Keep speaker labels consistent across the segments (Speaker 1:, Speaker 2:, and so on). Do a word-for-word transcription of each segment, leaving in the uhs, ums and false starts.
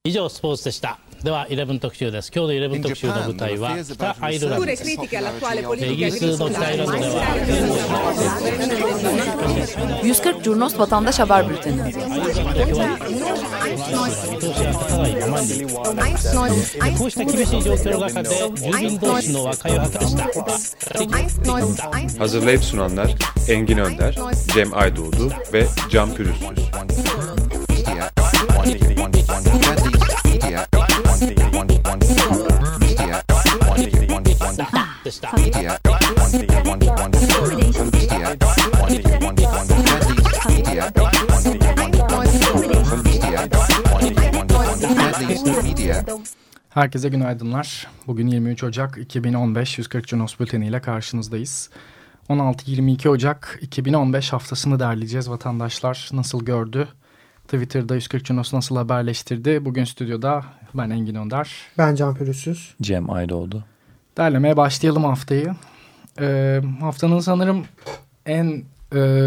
Speaker 1: 以上スポーツでした。ではじゅう特集です。今日のじゅう特集の舞台は北アイルランドです。イギリスの北アイルランドでは
Speaker 2: yüz kırk Curnos Vatandaş Haber Bülteni.
Speaker 3: Hazırlayıp sunanlar Engin Önder, Cem Aydoğdu ve Can Pürüzsüz.
Speaker 4: Herkese günaydınlar. Bugün yirmi üç Ocak iki bin on beş yüz kırk Curnos Bülteni ile karşınızdayız. on altı yirmi iki Ocak iki bin on beş haftasını derleyeceğiz. Vatandaşlar nasıl gördü? Twitter'da yüz kırk Curnos nasıl haberleştirdi? Bugün stüdyoda ben Engin Önder.
Speaker 5: Ben Can Pürüzsüz.
Speaker 6: Cem Aydoğdu.
Speaker 4: Derlemeye başlayalım haftayı. Ee, haftanın sanırım en... E,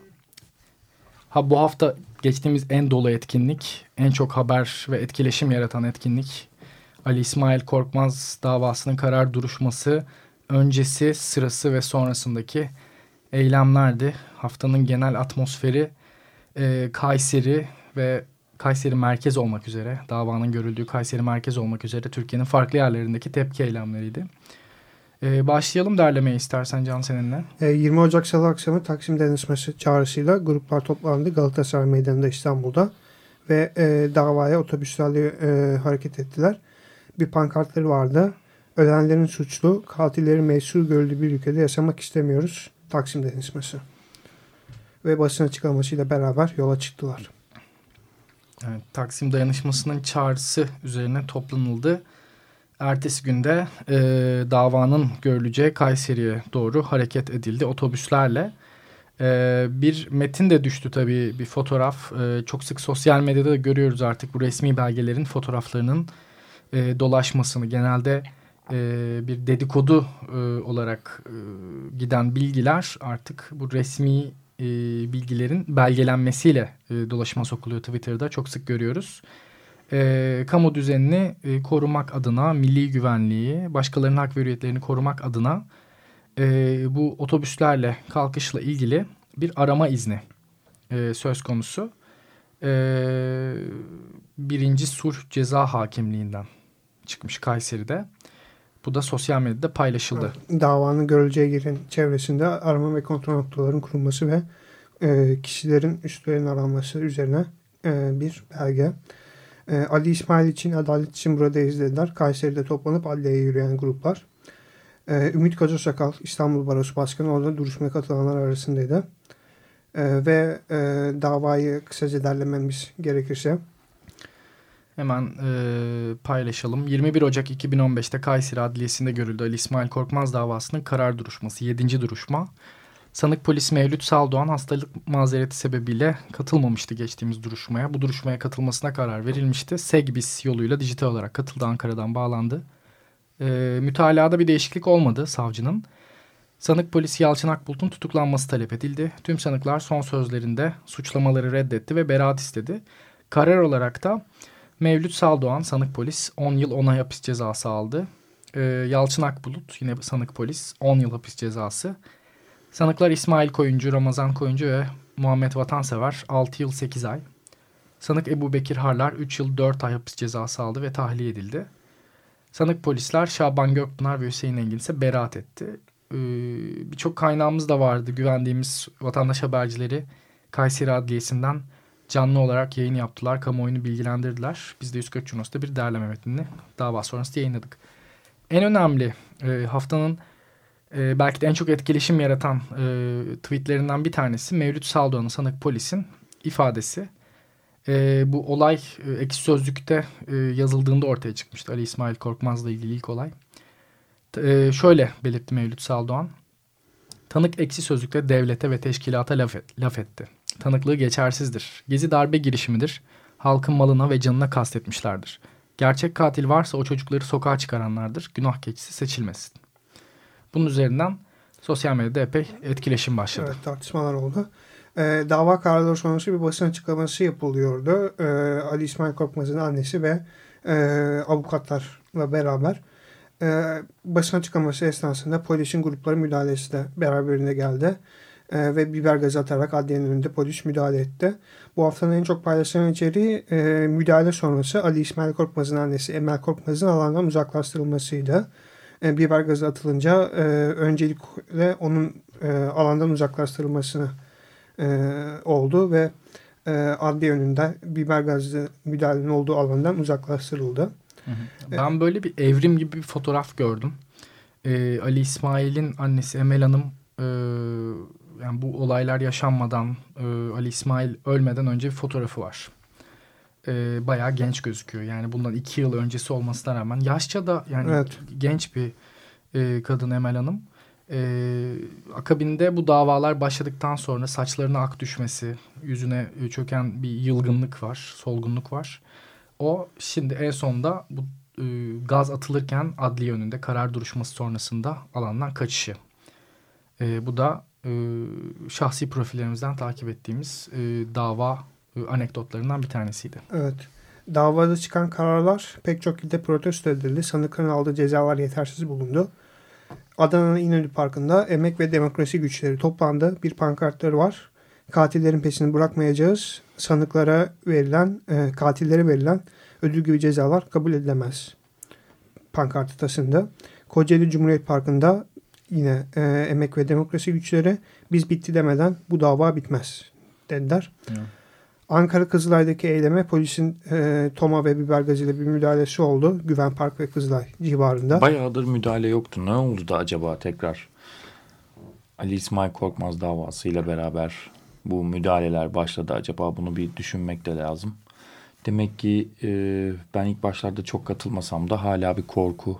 Speaker 4: ha bu hafta geçtiğimiz en dolu etkinlik, en çok haber ve etkileşim yaratan etkinlik... Ali İsmail Korkmaz davasının karar duruşması öncesi, sırası ve sonrasındaki eylemlerdi. Haftanın genel atmosferi e, Kayseri ve Kayseri merkez olmak üzere, davanın görüldüğü Kayseri merkez olmak üzere Türkiye'nin farklı yerlerindeki tepki eylemleriydi. E, başlayalım derlemeye istersen Can seninle.
Speaker 5: E, yirmi Ocak Salı akşamı Taksim Dayanışması çağrısıyla gruplar toplandı Galatasaray Meydanı'nda İstanbul'da ve e, davaya otobüslerle e, hareket ettiler. Bir pankartları vardı. Ölenlerin suçlu, katillerin mesul görüldüğü bir ülkede yaşamak istemiyoruz. Taksim Dayanışması. Ve basın açıklamasıyla beraber yola çıktılar.
Speaker 4: Evet, Taksim Dayanışması'nın çağrısı üzerine toplanıldı. Ertesi günde e, davanın görüleceği Kayseri'ye doğru hareket edildi otobüslerle. E, bir metin de düştü tabii, bir fotoğraf. E, çok sık sosyal medyada da görüyoruz artık bu resmi belgelerin fotoğraflarının E, dolaşmasını. Genelde e, bir dedikodu e, olarak e, giden bilgiler artık bu resmi e, bilgilerin belgelenmesiyle e, dolaşıma sokuluyor Twitter'da. Çok sık görüyoruz. E, kamu düzenini e, korumak adına, milli güvenliği, başkalarının hak ve hürriyetlerini korumak adına e, bu otobüslerle kalkışla ilgili bir arama izni e, söz konusu. Ee, birinci Sulh Ceza Hakimliği'nden çıkmış Kayseri'de. Bu da sosyal medyada paylaşıldı.
Speaker 5: Davanın görüleceği yerin çevresinde arama ve kontrol noktalarının kurulması ve e, kişilerin üstlerinin aranması üzerine e, bir belge. E, Ali İsmail için, adalet için buradayız dediler. Kayseri'de toplanıp adliyeye yürüyen gruplar. E, Ümit Kocasakal, İstanbul Barosu Başkanı, orada duruşmaya katılanlar arasındaydı. Ee, ve e, davayı kısaca derlememiz gerekirse.
Speaker 4: Hemen e, paylaşalım. yirmi bir Ocak iki bin on beşte Kayseri Adliyesi'nde görüldü Ali İsmail Korkmaz davasının karar duruşması. yedinci duruşma. Sanık polis Mevlüt Saldoğan hastalık mazereti sebebiyle katılmamıştı geçtiğimiz duruşmaya. Bu duruşmaya katılmasına karar verilmişti. Segbis yoluyla dijital olarak katıldı, Ankara'dan bağlandı. E, mütalada bir değişiklik olmadı savcının. Sanık polis Yalçın Akbulut'un tutuklanması talep edildi. Tüm sanıklar son sözlerinde suçlamaları reddetti ve beraat istedi. Karar olarak da Mevlüt Saldoğan sanık polis on yıl on ay hapis cezası aldı. Ee, Yalçın Akbulut yine sanık polis on yıl hapis cezası. Sanıklar İsmail Koyuncu, Ramazan Koyuncu ve Muhammed Vatansever altı yıl sekiz ay. Sanık Ebu Bekir Harlar üç yıl dört ay hapis cezası aldı ve tahliye edildi. Sanık polisler Şaban Gökpınar ve Hüseyin Engin ise beraat etti. Birçok kaynağımız da vardı. Güvendiğimiz vatandaş habercileri Kayseri Adliyesi'nden canlı olarak yayın yaptılar. Kamuoyunu bilgilendirdiler. Biz de yüz kırk Curnos'ta bir derleme metnini dava sonrası yayınladık. En önemli e, haftanın e, belki de en çok etkileşim yaratan e, tweetlerinden bir tanesi Mevlüt Saldoğan'ın sanık polisin ifadesi. E, bu olay e, Ekşi Sözlük'te e, yazıldığında ortaya çıkmıştı. Ali İsmail Korkmaz'la ilgili ilk olay. Ee, şöyle belirtti Mevlüt Saldoğan. Tanık Ekşi Sözlük'te devlete ve teşkilata laf, et, laf etti. Tanıklığı geçersizdir. Gezi darbe girişimidir. Halkın malına ve canına kastetmişlerdir. Gerçek katil varsa o çocukları sokağa çıkaranlardır. Günah keçisi seçilmesin. Bunun üzerinden sosyal medyada epey etkileşim başladı.
Speaker 5: Evet, tartışmalar oldu. E, dava kararları sonrası bir basın açıklaması yapılıyordu. E, Ali İsmail Korkmaz'ın annesi ve e, avukatlarla beraber. E, basın açıklaması esnasında polisin grupları müdahalesi de beraberinde geldi. E, ve biber gazı atarak adliyenin önünde polis müdahale etti. Bu haftanın en çok paylaşılan içeriği e, müdahale sonrası Ali İsmail Korkmaz'ın annesi Emel Korkmaz'ın alandan uzaklaştırılmasıydı. E, biber gazı atılınca e, öncelikle onun e, alandan uzaklaştırılmasını e, oldu ve e, adliye önünde biber gazı müdahalenin olduğu alandan uzaklaştırıldı.
Speaker 4: Hı hı. Ben böyle bir evrim gibi bir fotoğraf gördüm. E, Ali İsmail'in annesi Emel Hanım e, yani bu olaylar yaşanmadan e, Ali İsmail ölmeden önce bir fotoğrafı var. E, bayağı genç gözüküyor. Yani bundan iki yıl öncesi olmasına rağmen yaşça da yani evet. genç bir e, kadın Emel Hanım. E, akabinde bu davalar başladıktan sonra saçlarına ak düşmesi, yüzüne çöken bir yılgınlık var, solgunluk var. O şimdi en sonunda bu e, gaz atılırken adliye önünde karar duruşması sonrasında alandan kaçışı. E, bu da e, şahsi profillerimizden takip ettiğimiz e, dava e, anekdotlarından bir tanesiydi.
Speaker 5: Evet. Davada çıkan kararlar pek çok ilde protesto edildi. Sanıkların aldığı cezalar yetersiz bulundu. Adana'nın İnönü Parkı'nda emek ve demokrasi güçleri toplandı. Bir pankartları var. Katillerin peşini bırakmayacağız. Sanıklara verilen, e, katillere verilen ödül gibi cezalar kabul edilemez. Pankartı taşındı. Kocaeli Cumhuriyet Parkı'nda yine e, emek ve demokrasi güçleri biz bitti demeden bu dava bitmez dediler. Evet. Ankara Kızılay'daki eyleme polisin e, toma ve biber gazıyla bir müdahalesi oldu. Güven Park ve Kızılay civarında.
Speaker 6: Bayağıdır müdahale yoktu. Ne oldu da acaba tekrar Ali İsmail Korkmaz davasıyla beraber bu müdahaleler başladı acaba? Bunu bir düşünmek de lazım. Demek ki e, ben ilk başlarda çok katılmasam da hala bir korku.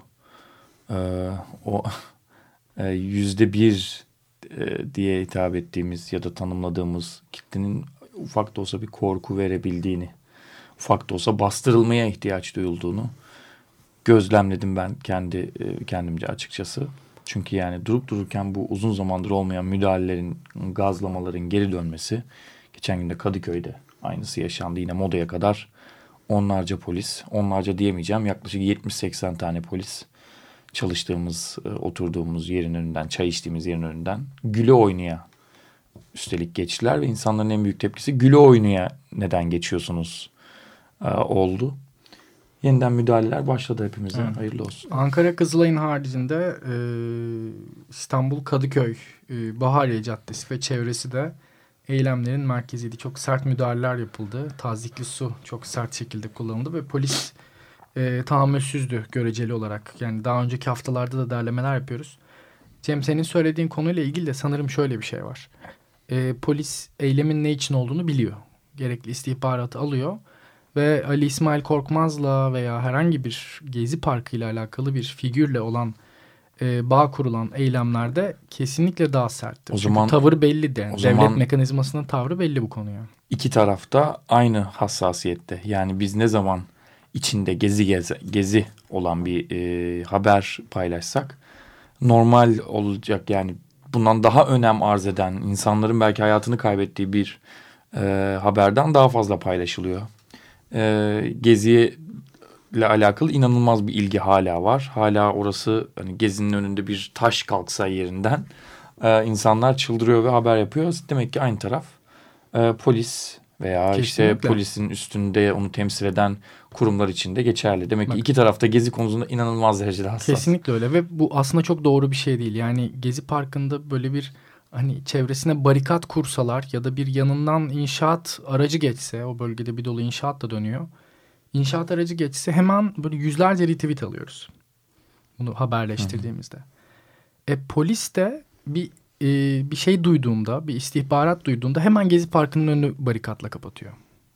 Speaker 6: E, o e, yüzde bir e, diye hitap ettiğimiz ya da tanımladığımız kitlenin ufak da olsa bir korku verebildiğini, ufak da olsa bastırılmaya ihtiyaç duyulduğunu gözlemledim ben kendi e, kendimce açıkçası. Çünkü yani durup dururken bu uzun zamandır olmayan müdahalelerin, gazlamaların geri dönmesi, geçen gün de Kadıköy'de aynısı yaşandı. Yine Moda'ya kadar onlarca polis, onlarca diyemeyeceğim, yaklaşık yetmiş seksen tane polis çalıştığımız, oturduğumuz yerin önünden, çay içtiğimiz yerin önünden güle oynaya üstelik geçtiler ve insanların en büyük tepkisi güle oynaya neden geçiyorsunuz oldu. Yeniden müdahaleler başladı hepimize. Evet. Hayırlı olsun.
Speaker 4: Ankara Kızılay'ın haricinde e, İstanbul Kadıköy, e, Bahariye Caddesi ve çevresi de eylemlerin merkeziydi. Çok sert müdahaleler yapıldı. Tazikli su çok sert şekilde kullanıldı ve polis e, tahammülsüzdü göreceli olarak. Yani daha önceki haftalarda da derlemeler yapıyoruz. Cem, senin söylediğin konuyla ilgili de sanırım şöyle bir şey var. E, polis eylemin ne için olduğunu biliyor. Gerekli istihbaratı alıyor. Ve Ali İsmail Korkmaz'la veya herhangi bir Gezi Parkı ile alakalı bir figürle olan e, bağ kurulan eylemlerde kesinlikle daha serttir. O Çünkü zaman, tavır belli de. Yani devlet zaman, mekanizmasının tavrı belli bu konuya.
Speaker 6: İki tarafta aynı hassasiyette. Yani biz ne zaman içinde gezi gezi, gezi olan bir e, haber paylaşsak normal olacak. Yani bundan daha önem arz eden, insanların belki hayatını kaybettiği bir e, haberden daha fazla paylaşılıyor. E, Gezi'ye ile alakalı inanılmaz bir ilgi hala var. Hala orası, hani Gezi'nin önünde bir taş kalksa yerinden e, insanlar çıldırıyor ve haber yapıyor. Demek ki aynı taraf e, polis veya Kesinlikle. işte polisin üstünde onu temsil eden kurumlar için de geçerli. Demek Bak, ki iki tarafta Gezi konusunda inanılmaz derecede hassas.
Speaker 4: Kesinlikle öyle ve bu aslında çok doğru bir şey değil. Yani Gezi Parkı'nda böyle bir hani çevresine barikat kursalar ya da bir yanından inşaat aracı geçse, o bölgede bir dolu inşaat da dönüyor. İnşaat aracı geçse hemen böyle yüzlerce retweet alıyoruz. Bunu haberleştirdiğimizde. Hı hı. E, polis de bir e, bir şey duyduğunda, bir istihbarat duyduğunda hemen Gezi Parkı'nın önünü barikatla kapatıyor.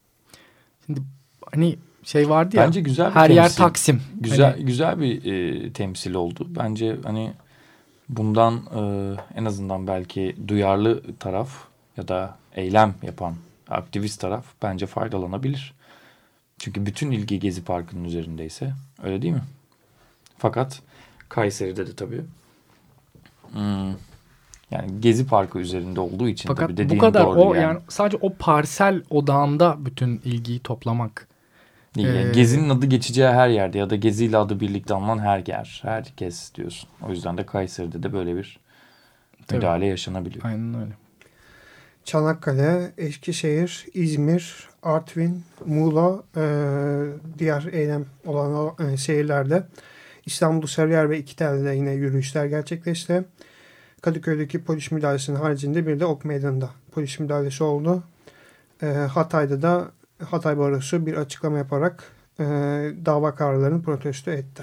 Speaker 4: Şimdi hani şey vardı ya.
Speaker 6: Bence güzel bir
Speaker 4: her
Speaker 6: temsil.
Speaker 4: yer Taksim.
Speaker 6: Güzel
Speaker 4: hani,
Speaker 6: güzel bir e, temsil oldu. Bence hani bundan e, en azından belki duyarlı taraf ya da eylem yapan aktivist taraf bence faydalanabilir. Çünkü bütün ilgi Gezi Parkı'nın üzerindeyse, öyle değil mi? Fakat Kayseri'de de tabii hmm, Yani Gezi Parkı üzerinde olduğu için
Speaker 4: fakat
Speaker 6: tabii dediğin
Speaker 4: bu kadar
Speaker 6: doğru
Speaker 4: o
Speaker 6: yani.
Speaker 4: yani sadece o parsel odağında bütün ilgiyi toplamak.
Speaker 6: Değil, yani ee, Gezi'nin adı geçeceği her yerde ya da Gezi ile adı birlikte anılan her yer, herkes diyorsun. O yüzden de Kayseri'de de böyle bir müdahale yaşanabiliyor.
Speaker 4: Aynen öyle.
Speaker 5: Çanakkale, Eskişehir, İzmir, Artvin, Muğla, e, diğer eylem olan e, şehirlerde İstanbul, Sarıyer ve İkitel'de yine yürüyüşler gerçekleşti. Kadıköy'deki polis müdahalesinin haricinde bir de Ok Meydanı'nda polis müdahalesi oldu. E, Hatay'da da Hatay Barosu bir açıklama yaparak e, dava kararlarını protesto etti.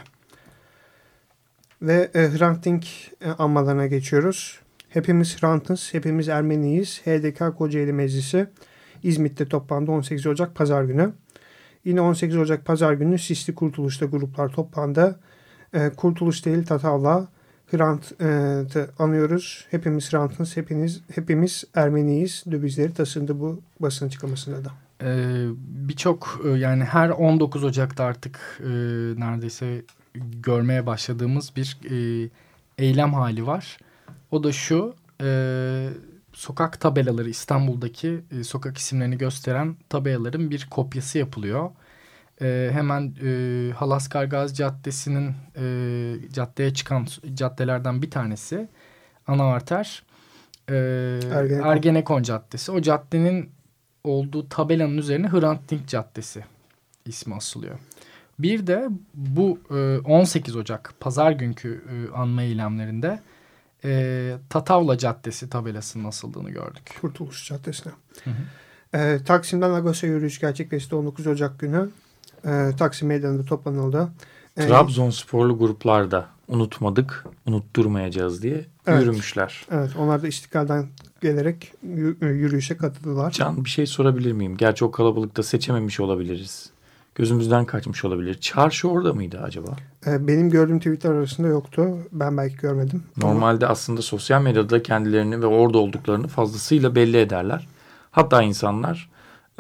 Speaker 5: Ve e, Hrant Dink e, anmalarına geçiyoruz. Hepimiz Hrant'ız, hepimiz Ermeniyiz. H D K Kocaeli Meclisi İzmit'te toplandı on sekiz Ocak Pazar günü. Yine on sekiz Ocak Pazar günü Sisli Kurtuluş'ta gruplar toplandı. E, Kurtuluş değil Tatavla Hrant'ı anıyoruz. Hepimiz Hrant'ız, hepimiz, hepimiz Ermeniyiz. Dövizleri taşındı bu basın açıklamasında da.
Speaker 4: Ee, Birçok yani her on dokuz Ocak'ta artık e, neredeyse görmeye başladığımız bir e, eylem hali var. O da şu, e, sokak tabelaları, İstanbul'daki e, sokak isimlerini gösteren tabelaların bir kopyası yapılıyor. E, hemen e, Halaskargazi Caddesi'nin e, caddeye çıkan caddelerden bir tanesi ana arter e, Ergenekon. Ergenekon Caddesi. O caddenin olduğu tabelanın üzerine Hrant Dink Caddesi ismi asılıyor. Bir de bu e, on sekiz Ocak Pazar günkü e, anma eylemlerinde e, Tatavla Caddesi tabelasının asıldığını gördük.
Speaker 5: Kurtuluş Caddesi'ne. Hı hı. E, Taksim'den Agos'a yürüyüş gerçekleşti on dokuz Ocak günü. E, Taksim Meydanı'nda toplanıldı. E,
Speaker 6: Trabzonsporlu gruplar da unutmadık, unutturmayacağız diye evet, yürümüşler.
Speaker 5: Evet, onlar da İstiklal'den gelerek yürüyüşe katıldılar.
Speaker 6: Can, bir şey sorabilir miyim? Gerçi o kalabalıkta seçememiş olabiliriz. Gözümüzden kaçmış olabilir. Çarşı orada mıydı acaba?
Speaker 5: Benim gördüğüm tweetler arasında yoktu. Ben belki görmedim.
Speaker 6: Normalde aslında sosyal medyada kendilerini ve orada olduklarını fazlasıyla belli ederler. Hatta insanlar e,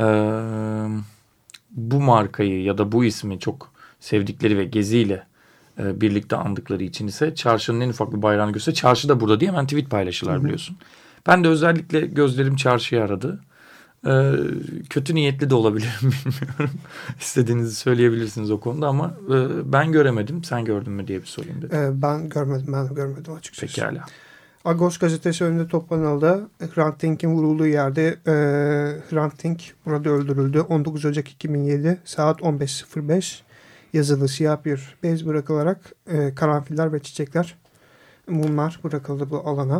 Speaker 6: bu markayı ya da bu ismi çok sevdikleri ve geziyle e, birlikte andıkları için ise çarşının en ufak bir bayrağını görse çarşı da burada diye hemen tweet paylaşırlar, biliyorsun. Ben de özellikle gözlerim çarşıyı aradı. Ee, kötü niyetli de olabilirim, bilmiyorum. İstediğinizi söyleyebilirsiniz o konuda ama e, ben göremedim. Sen gördün mü diye bir sorayım dedim.
Speaker 5: Ee, ben görmedim. Ben görmedim açıkçası.
Speaker 6: Pekala.
Speaker 5: Agos gazetesi önünde toplanıldı. Hrant Dink'in vurulduğu yerde e, Hrant Dink burada öldürüldü. on dokuz Ocak iki bin yedi saat on beş sıfır beş yazılı siyah bir bez bırakılarak e, karanfiller ve çiçekler, mumlar bırakıldı bu alana.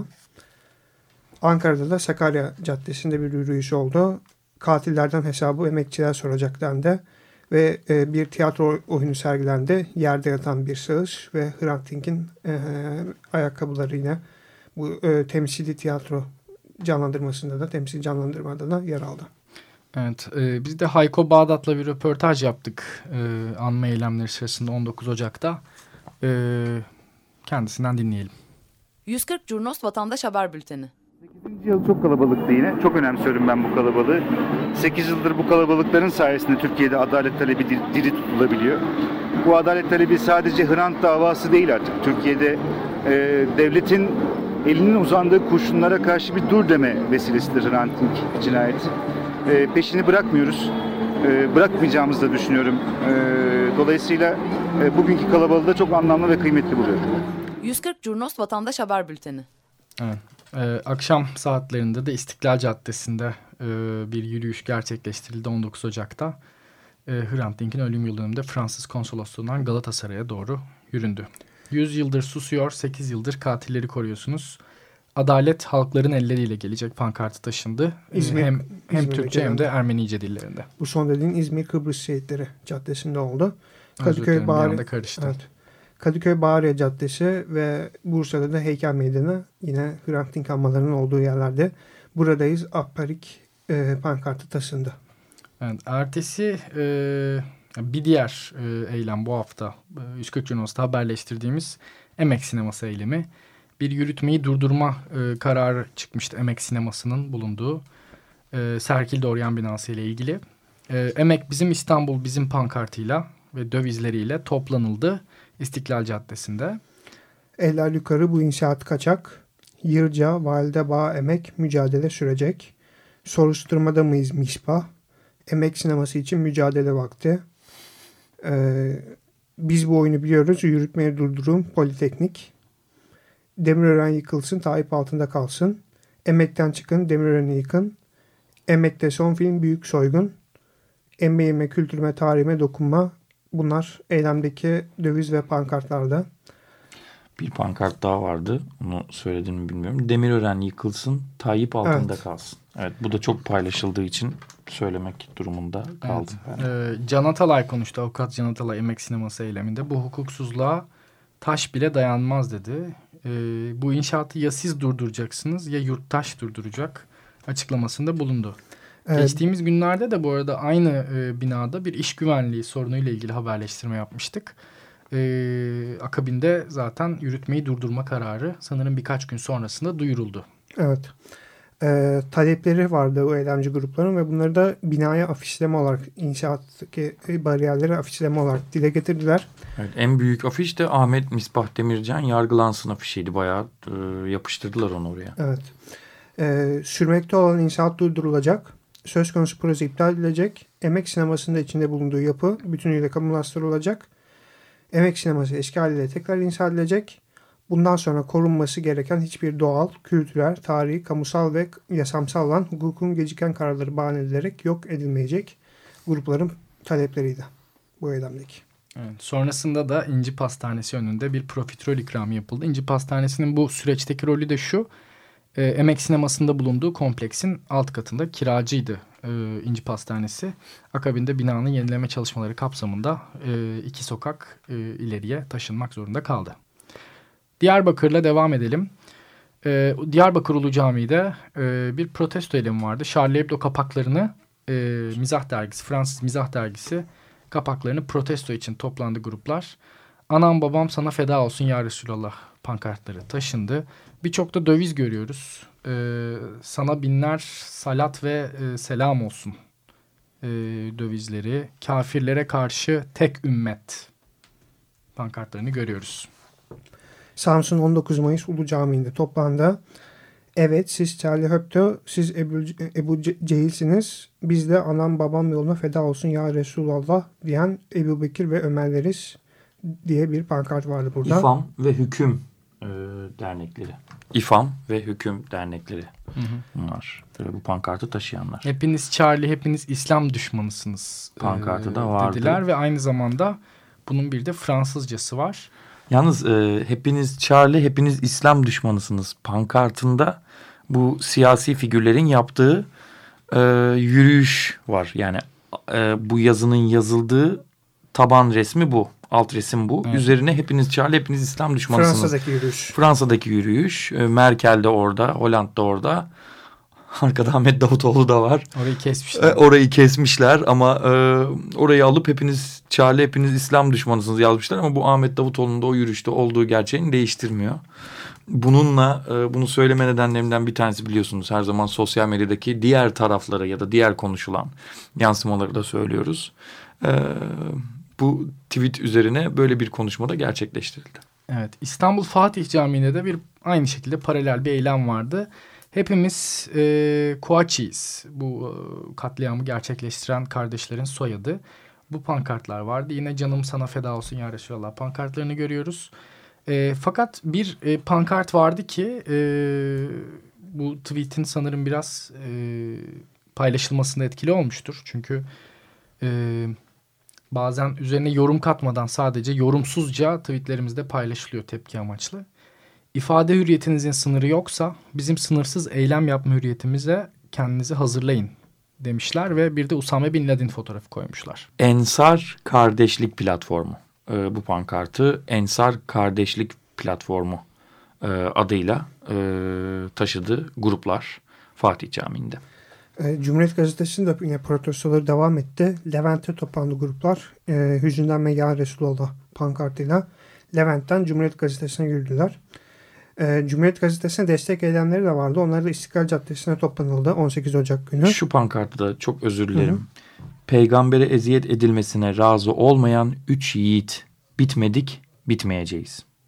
Speaker 5: Ankara'da da Sakarya Caddesi'nde bir yürüyüş oldu. Katillerden hesabı emekçiler soracak dendi. Ve e, bir tiyatro oyunu sergilendi. Yerde yatan bir şahıs ve Hrant Dink'in e, ayakkabıları yine bu e, temsili tiyatro canlandırmasında da, temsil canlandırmada da yer aldı.
Speaker 4: Evet, e, biz de Hayko Bağdat'la bir röportaj yaptık e, anma eylemleri sırasında on dokuz Ocak'ta. E, kendisinden dinleyelim.
Speaker 2: yüz kırk Curnos Vatandaş Haber Bülteni.
Speaker 7: sekizinci yıl çok kalabalıktı yine. Çok önemsiyorum ben bu kalabalığı. sekiz yıldır bu kalabalıkların sayesinde Türkiye'de adalet talebi diri tutulabiliyor. Bu adalet talebi sadece Hrant davası değil artık. Türkiye'de e, devletin elinin uzandığı kurşunlara karşı bir dur deme vesilesidir Hrant Dink cinayeti. E, peşini bırakmıyoruz. E, bırakmayacağımızı da düşünüyorum. E, dolayısıyla e, bugünkü kalabalığı da çok anlamlı ve kıymetli buluyorum.
Speaker 2: yüz kırk Curnos Vatandaş Haber Bülteni.
Speaker 4: Evet. Ee, akşam saatlerinde de İstiklal Caddesi'nde e, bir yürüyüş gerçekleştirildi on dokuz Ocak'ta. E, Hrant Dink'in ölüm yıl dönümünde Fransız Konsolosluğu'ndan Galatasaray'a doğru yüründü. yüz yıldır susuyor, sekiz yıldır katilleri koruyorsunuz. Adalet halkların elleriyle gelecek pankartı taşındı. İzmir, hem hem İzmir'de Türkçe hem de Ermenice dillerinde.
Speaker 5: Bu son dediğin İzmir Kıbrıs Şehitleri Caddesi'nde oldu. Kadıköy Bahariye karıştı. Evet. Kadıköy Bahariye Caddesi ve Bursa'da da Heykel Meydanı yine Hrant Dink anmalarının olduğu yerlerde. Buradayız Akparik e, pankartı taşındı.
Speaker 4: Evet, ertesi e, bir diğer e, eylem bu hafta e, yüz kırk Curnos'ta haberleştirdiğimiz Emek Sineması eylemi. Bir yürütmeyi durdurma e, kararı çıkmıştı Emek Sineması'nın bulunduğu e, Serkil Doryan binası ile ilgili. E, Emek Bizim İstanbul Bizim pankartıyla ve dövizleriyle toplanıldı İstiklal Caddesi'nde.
Speaker 5: Eller yukarı, bu inşaat kaçak. Yırca, Valide Bağ, Emek mücadele sürecek. Soruşturmada mıyız Misbah? Emek sineması için mücadele vakti. Ee, biz bu oyunu biliyoruz. Yürütmeyi durdurun. Politeknik. Demirören yıkılsın. Tayyip altında kalsın. Emekten çıkın. Demirören'i yıkın. Emekte son film Büyük Soygun. Emeğime, kültürüme, tarihime dokunma. Bunlar eylemdeki döviz ve pankartlarda.
Speaker 6: Bir pankart daha vardı. Onu söylediğini mi bilmiyorum. Demirören yıkılsın, Tayyip altında evet. kalsın. Evet, bu da çok paylaşıldığı için söylemek durumunda kaldım.
Speaker 4: Evet. Ee, Can Atalay konuştu. Avukat Can Atalay emek sineması eyleminde. Bu hukuksuzluğa taş bile dayanmaz dedi. Ee, bu inşaatı ya siz durduracaksınız ya yurttaş durduracak açıklamasında bulundu. Evet. Geçtiğimiz günlerde de bu arada aynı e, binada bir iş güvenliği sorunuyla ilgili haberleştirme yapmıştık. Ee, akabinde zaten yürütmeyi durdurma kararı sanırım birkaç gün sonrasında duyuruldu.
Speaker 5: Evet. Ee, talepleri vardı o eylemci grupların ve bunları da binaya afişleme olarak, inşaattaki bariyerleri afişleme olarak dile getirdiler.
Speaker 6: Evet, en büyük afiş de Ahmet Misbah Demircan yargılansın afişiydi. Bayağı e, yapıştırdılar onu oraya.
Speaker 5: Evet. Ee, sürmekte olan inşaat durdurulacak. Söz konusu proje iptal edilecek. Emek sinemasında içinde bulunduğu yapı bütünüyle kamulaştırılacak. Emek sineması eski haliyle tekrar inşa edilecek. Bundan sonra korunması gereken hiçbir doğal, kültürel, tarihi, kamusal ve yasamsal alan hukukun geciken kararları bahane edilerek yok edilmeyecek grupların talepleriydi bu eylemdeki.
Speaker 4: Evet, sonrasında da İnci Pastanesi önünde bir profiterol ikramı yapıldı. İnci Pastanesi'nin bu süreçteki rolü de şu. E, Emek sinemasında bulunduğu kompleksin alt katında kiracıydı e, İnci Pastanesi. Akabinde binanın yenileme çalışmaları kapsamında e, iki sokak e, ileriye taşınmak zorunda kaldı. Diyarbakır'la devam edelim. E, Diyarbakır Ulu Camii'de e, bir protesto eylemi vardı. Charlie Hebdo kapaklarını e, mizah dergisi, Fransız mizah dergisi kapaklarını protesto için toplandı gruplar. Anam babam sana feda olsun ya Resulallah pankartları taşındı. Birçok da döviz görüyoruz. Ee, sana binler salat ve e, selam olsun ee, dövizleri. Kafirlere karşı tek ümmet pankartlarını görüyoruz.
Speaker 5: Samsun on dokuz Mayıs Ulu Camii'nde toplandı. Evet siz Charlie Hebdo, siz Ebu, Ebu Cehil'siniz. Biz de anam babam yoluna feda olsun ya Resulallah diyen Ebu Bekir ve Ömerleriz diye bir pankart vardı burada.
Speaker 6: İFAM ve Hüküm e, dernekleri. İFAM ve Hüküm dernekleri. Hı hı. Bunlar. Böyle bu pankartı taşıyanlar.
Speaker 4: Hepiniz Charlie, hepiniz İslam düşmanısınız.
Speaker 6: Pankartı e, da vardı.
Speaker 4: Dediler ve aynı zamanda bunun bir de Fransızcası var.
Speaker 6: Yalnız e, hepiniz Charlie, hepiniz İslam düşmanısınız pankartında bu siyasi figürlerin yaptığı e, yürüyüş var. Yani e, bu yazının yazıldığı taban resmi bu. Alt resim bu. Evet. Üzerine hepiniz Charlie, hepiniz İslam düşmanısınız.
Speaker 5: Fransa'daki yürüyüş.
Speaker 6: Fransa'daki yürüyüş. E, Merkel de orada, Hollande de orada. Arkada Ahmet Davutoğlu da var.
Speaker 4: Orayı kesmişler.
Speaker 6: E, orayı kesmişler ama e, orayı alıp hepiniz Charlie, hepiniz İslam düşmanısınız yazmışlar. Ama bu Ahmet Davutoğlu'nun da o yürüyüşte olduğu gerçeğini değiştirmiyor. Bununla e, bunu söyleme nedenlerimden bir tanesi biliyorsunuz. Her zaman sosyal medyadaki diğer tarafları ya da diğer konuşulan yansımaları da söylüyoruz. E, bu tweet üzerine böyle bir konuşma da gerçekleştirildi.
Speaker 4: Evet, İstanbul Fatih Camii'nde de bir aynı şekilde paralel bir eylem vardı. Hepimiz e, Kuaçi'yiz. Bu e, katliamı gerçekleştiren kardeşlerin soyadı. Bu pankartlar vardı. Yine canım sana feda olsun ya Resulallah pankartlarını görüyoruz. E, fakat bir e, pankart vardı ki e, bu tweet'in sanırım biraz e, paylaşılmasında etkili olmuştur. Çünkü e, bazen üzerine yorum katmadan sadece yorumsuzca tweetlerimizde paylaşılıyor tepki amaçlı. İfade hürriyetinizin sınırı yoksa bizim sınırsız eylem yapma hürriyetimize kendinizi hazırlayın demişler ve bir de Usame Bin Laden fotoğrafı koymuşlar.
Speaker 6: Ensar Kardeşlik Platformu. Ee, bu pankartı Ensar Kardeşlik Platformu e, adıyla e, taşıdı gruplar Fatih Camii'nde.
Speaker 5: E, Cumhuriyet Gazetesi'nde yine protestoları devam etti. Levent'te toplandı gruplar. E, Hüzünlenme ya Resulallah pankartıyla Levent'ten Cumhuriyet Gazetesi'ne yürüdüler. E, Cumhuriyet Gazetesi'ne destek eylemleri de vardı. Onlar da İstiklal Caddesi'ne toplanıldı on sekiz Ocak günü.
Speaker 6: Şu pankartı da çok özür dilerim. Hı hı. Peygambere eziyet edilmesine razı olmayan üç yiğit bitmedik, bitmeyeceğiz.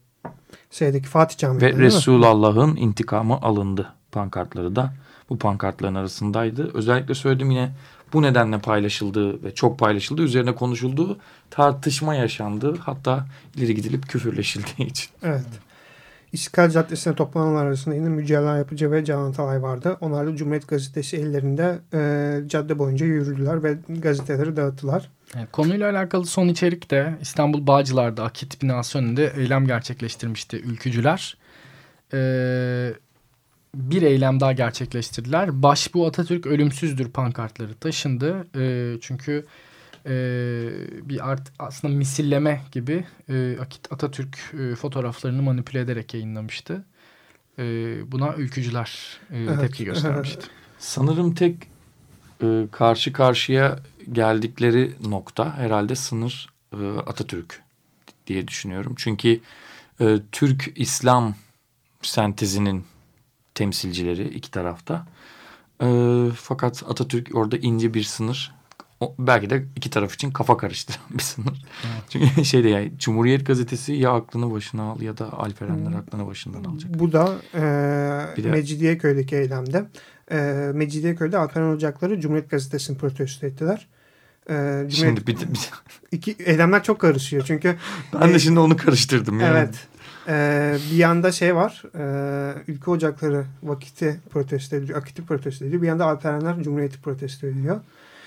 Speaker 5: Şeydeki Fatih Camii'de.
Speaker 6: Ve Resulullah'ın intikamı alındı pankartları da bu pankartların arasındaydı. Özellikle söyledim, yine bu nedenle paylaşıldığı ve çok paylaşıldığı, üzerine konuşulduğu, tartışma yaşandığı, hatta ileri gidilip küfürleşildiği için.
Speaker 5: Evet. İstiklal Caddesi'ne toplananlar arasında yine Mücella Yapıcı ve Canan Talay vardı. Onlar da Cumhuriyet Gazetesi ellerinde e, cadde boyunca yürüdüler ve gazeteleri dağıttılar.
Speaker 4: Evet, konuyla alakalı son içerik de İstanbul Bağcılar'da Akit binası önünde eylem gerçekleştirmişti ülkücüler. Ee, bir eylem daha gerçekleştirdiler. Başbuğ Atatürk ölümsüzdür pankartları taşındı. Ee, çünkü e, bir art, aslında misilleme gibi e, Akit Atatürk e, fotoğraflarını manipüle ederek yayınlamıştı. E, buna ülkücüler e, evet. tepki göstermişti.
Speaker 6: Sanırım tek e, karşı karşıya geldikleri nokta herhalde sınır e, Atatürk diye düşünüyorum. Çünkü e, Türk-İslam sentezinin temsilcileri iki tarafta. E, fakat Atatürk orada ince bir sınır. O, belki de iki taraf için kafa karıştıran bir sınır. Evet. Çünkü şeyde yani Cumhuriyet Gazetesi ya aklını başına al ya da Alperenler hmm. aklını başından alacak.
Speaker 5: Bu da e, Mecidiyeköy'deki eylemde. E, Mecidiyeköy'de Alperen Ocakları Cumhuriyet Gazetesi'ni protesto ettiler. E, Cumhuriyet,
Speaker 6: şimdi bir, bir...
Speaker 5: iki eylemler çok karışıyor çünkü.
Speaker 6: Ben de e, şimdi onu karıştırdım. Yani. Evet.
Speaker 5: Ee, bir yanda şey var, e, Ülke Ocakları Vakit'i protesto ediyor, Akit'i protesto ediyor. Bir yanda Alperenler Cumhuriyet'i protesto ediyor.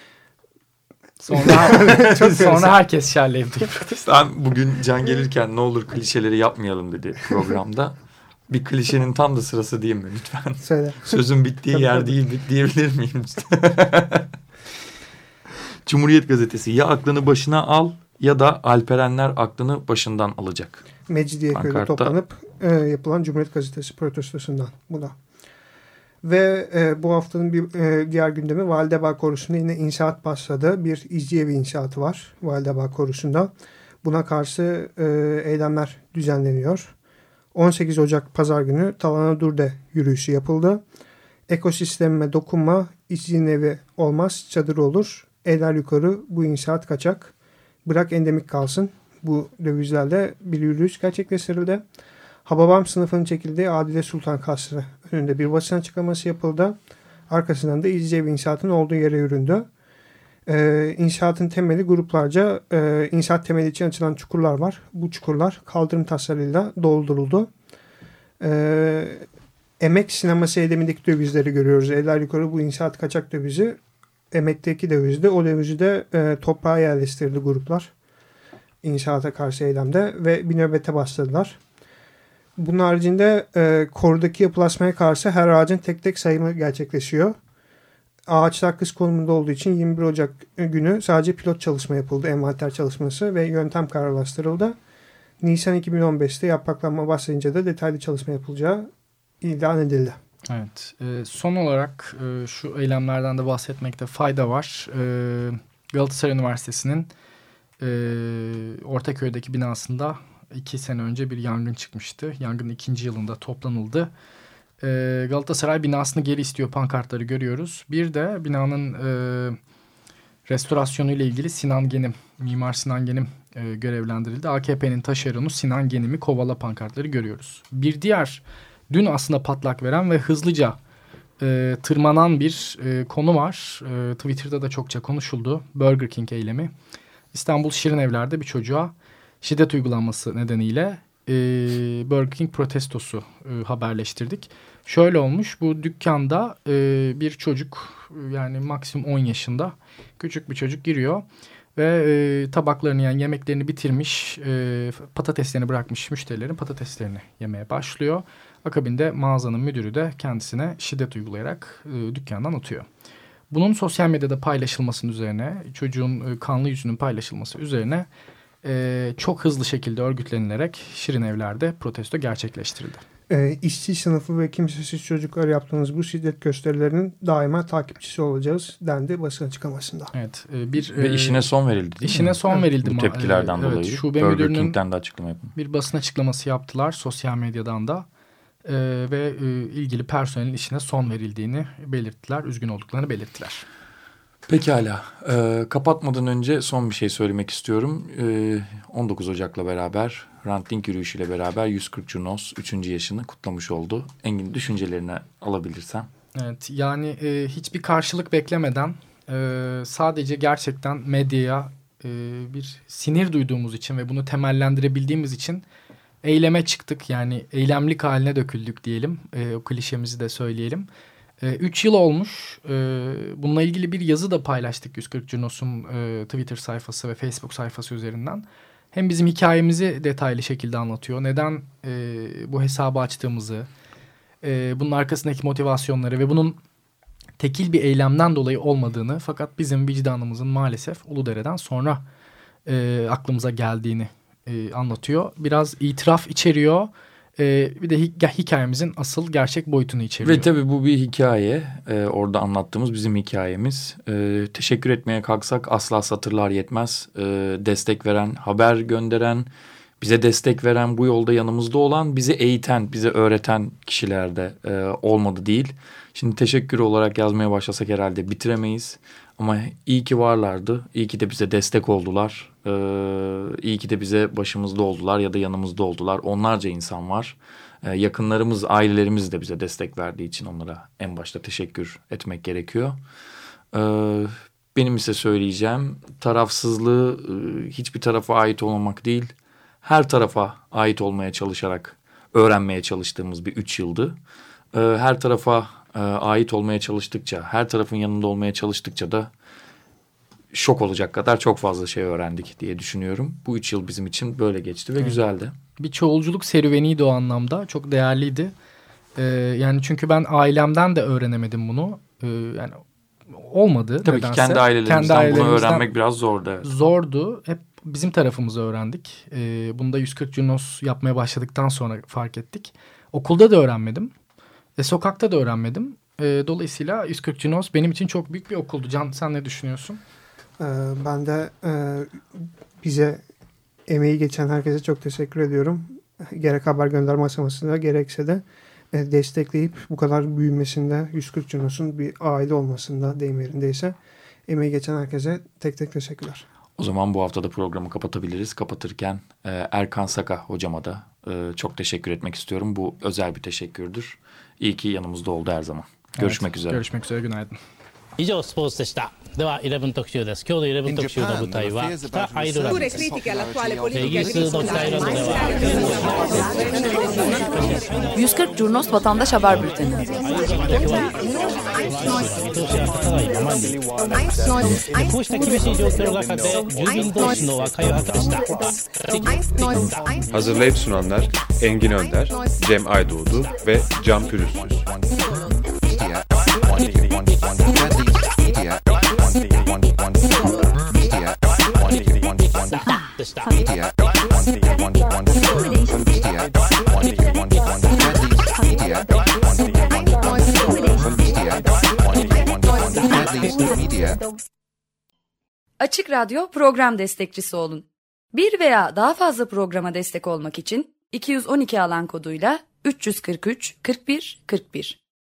Speaker 4: Sonra, çok sonra herkes şerleyip protesto.
Speaker 6: Ben bugün Can gelirken ne olur klişeleri yapmayalım dedi programda. Bir klişenin tam da sırası değil mi lütfen?
Speaker 5: Söyle.
Speaker 6: Sözün bittiği yer değil diyebilir miyim? Cumhuriyet Gazetesi ya aklını başına al ya da Alperenler aklını başından alacak.
Speaker 5: Mecidiyeköy'de toplanıp e, yapılan Cumhuriyet Gazetesi protestosundan bu da. Ve e, bu haftanın bir e, diğer gündemi Validebağ Korusu'nda yine inşaat başladı. Bir izci evi inşaatı var Validebağ Korusu'nda. Buna karşı e, eylemler düzenleniyor. on sekiz Ocak Pazar günü Talana Durde yürüyüşü yapıldı. Ekosistemime dokunma, izcinin evi olmaz, çadır olur. Eller yukarı, bu inşaat kaçak. Bırak endemik kalsın. Bu dövizlerle bir yürüyüş gerçekleştirildi. Hababam sınıfının çekildiği Adile Sultan Kasrı önünde bir basın açıklaması yapıldı. Arkasından da izci evi inşaatının olduğu yere yüründü. Ee, inşaatın temeli gruplarca e, inşaat temeli için açılan çukurlar var. Bu çukurlar kaldırım taşlarıyla dolduruldu. Ee, emek sineması eylemindeki dövizleri görüyoruz. Eller yukarı, bu inşaat kaçak dövizi. Emekteki dövizde, o dövizi de e, toprağa yerleştirdi gruplar. İnşaata karşı eylemde ve bir nöbete başladılar. Bunun haricinde e, korudaki yapılaşmaya karşı her ağacın tek tek sayımı gerçekleşiyor. Ağaçlar kış konumunda olduğu için yirmi bir Ocak günü sadece pilot çalışma yapıldı. Envanter çalışması ve yöntem kararlaştırıldı. Nisan iki bin on beşte yapraklanma başlayınca da detaylı çalışma yapılacağı ilan edildi.
Speaker 4: Evet. E, son olarak e, şu eylemlerden de bahsetmekte fayda var. E, Galatasaray Üniversitesi'nin e, Ortaköy'deki binasında iki sene önce bir yangın çıkmıştı. Yangının ikinci yılında toplanıldı. Ee, Galatasaray binasını geri istiyor pankartları görüyoruz. Bir de binanın e, restorasyonu ile ilgili Sinan Genim, Mimar Sinan Genim e, görevlendirildi. A K P'nin taşeronu Sinan Genim'i kovala pankartları görüyoruz. Bir diğer dün aslında patlak veren ve hızlıca e, tırmanan bir e, konu var. E, Twitter'da da çokça konuşuldu. Burger King eylemi. İstanbul Şirinevler'de bir çocuğa şiddet uygulanması nedeniyle e, Burger King protestosu e, haberleştirdik. Şöyle olmuş, bu dükkanda e, bir çocuk, yani maksimum on yaşında küçük bir çocuk giriyor ve e, tabaklarını, yani yemeklerini bitirmiş, e, patateslerini bırakmış müşterilerin patateslerini yemeye başlıyor. Akabinde mağazanın müdürü de kendisine şiddet uygulayarak e, dükkandan atıyor. Bunun sosyal medyada paylaşılmasının üzerine, çocuğun e, kanlı yüzünün paylaşılması üzerine e, çok hızlı şekilde örgütlenilerek Şirinevler'de protesto gerçekleştirildi.
Speaker 5: E, işçi sınıfı ve kimsesiz çocuklar yaptığınız bu şiddet gösterilerinin daima takipçisi olacağız dendi basın açıklamasında.
Speaker 4: Evet, e, bir
Speaker 6: ve e, işine son verildi. Değil
Speaker 4: işine
Speaker 6: mi?
Speaker 4: son evet. verildi.
Speaker 6: Bu tepkilerden e, dolayı. Evet,
Speaker 4: şube
Speaker 6: Burger
Speaker 4: müdürünün
Speaker 6: King'den de açıklama yapın.
Speaker 4: Bir basın açıklaması yaptılar sosyal medyadan da e, ve e, ilgili personelin işine son verildiğini belirttiler, üzgün olduklarını belirttiler.
Speaker 6: Pekala. Ee, kapatmadan önce son bir şey söylemek istiyorum. Ee, on dokuz Ocak'la beraber, Hrant Dink yürüyüşüyle beraber yüz kırk Curnos üçüncü yaşını kutlamış oldu. Engin, düşüncelerini alabilirsem.
Speaker 4: Evet, yani e, hiçbir karşılık beklemeden e, sadece gerçekten medyaya e, bir sinir duyduğumuz için ve bunu temellendirebildiğimiz için eyleme çıktık. Yani eylemlik haline döküldük diyelim. E, o klişemizi de söyleyelim. E, üç yıl olmuş. E, bununla ilgili bir yazı da paylaştık yüz kırk Curnos'un e, Twitter sayfası ve Facebook sayfası üzerinden. Hem bizim hikayemizi detaylı şekilde anlatıyor. Neden e, bu hesabı açtığımızı, e, bunun arkasındaki motivasyonları ve bunun tekil bir eylemden dolayı olmadığını, fakat bizim vicdanımızın maalesef Uludere'den sonra e, aklımıza geldiğini e, anlatıyor. Biraz itiraf içeriyor. E, bir de hi- hikayemizin asıl gerçek boyutunu içeriyor.
Speaker 6: Ve tabii bu bir hikaye. Ee, orada anlattığımız bizim hikayemiz. Ee, teşekkür etmeye kalksak asla satırlar yetmez. Ee, destek veren, haber gönderen, bize destek veren, bu yolda yanımızda olan, bizi eğiten, bize öğreten kişiler de e, olmadı değil. Şimdi teşekkür olarak yazmaya başlasak herhalde bitiremeyiz. Ama iyi ki varlardı. İyi ki de bize destek oldular. Ee, iyi ki de bize başımızda oldular ya da yanımızda oldular. Onlarca insan var. Ee, yakınlarımız, ailelerimiz de bize destek verdiği için onlara en başta teşekkür etmek gerekiyor. Ee, benim ise söyleyeceğim, tarafsızlığı e, hiçbir tarafa ait olmamak değil, her tarafa ait olmaya çalışarak öğrenmeye çalıştığımız bir üç yıldı. Ee, her tarafa e, ait olmaya çalıştıkça, her tarafın yanında olmaya çalıştıkça da şok olacak kadar çok fazla şey öğrendik diye düşünüyorum. Bu üç yıl bizim için böyle geçti ve evet, güzeldi.
Speaker 4: Bir çoğulculuk serüveniydi o anlamda. Çok değerliydi. Ee, yani çünkü ben ailemden de öğrenemedim bunu. Ee, yani olmadı.
Speaker 6: Tabii
Speaker 4: nedense.
Speaker 6: ki kendi ailelerimizden, kendi
Speaker 4: ailelerimizden
Speaker 6: bunu öğrenmek biraz zordu. Evet.
Speaker 4: Zordu. Hep bizim tarafımızı öğrendik. Ee, bunu da yüz kırk Curnos yapmaya başladıktan sonra fark ettik. Okulda da öğrenmedim. E, sokakta da öğrenmedim. E, dolayısıyla yüz kırk Curnos benim için çok büyük bir okuldu. Can, sen ne düşünüyorsun?
Speaker 5: Ee, ben de e, bize emeği geçen herkese çok teşekkür ediyorum. Gerek haber gönderme aşamasında gerekse de e, destekleyip bu kadar büyümesinde, yüz kırk Curnos'un bir aile olmasında deyim yerindeyse emeği geçen herkese tek tek teşekkürler.
Speaker 6: O zaman bu hafta da programı kapatabiliriz. Kapatırken e, Erkan Saka hocama da e, çok teşekkür etmek istiyorum. Bu özel bir teşekkürdür. İyi ki yanımızda oldu her zaman. Görüşmek evet, üzere.
Speaker 4: Görüşmek üzere, günaydın.
Speaker 1: 以上スポーツでした。ではじゅういち特集です。今日のじゅういち特集の舞台は北アイルランドです。イギリスの北アイルランドでは
Speaker 2: yüz kırk Curnos Vatandaş Haber Bülteni.
Speaker 1: こうした厳しい状況の中で住民同士の和解を図りました。
Speaker 3: Hazırlayıp sunanlar Engin Önder, Cem Aydoğdu ve Can Pürüzsüz.
Speaker 8: Açık Radyo program destekçisi olun. Bir veya daha fazla programa destek olmak için iki yüz on iki alan koduyla üç yüz kırk üç kırk bir kırk bir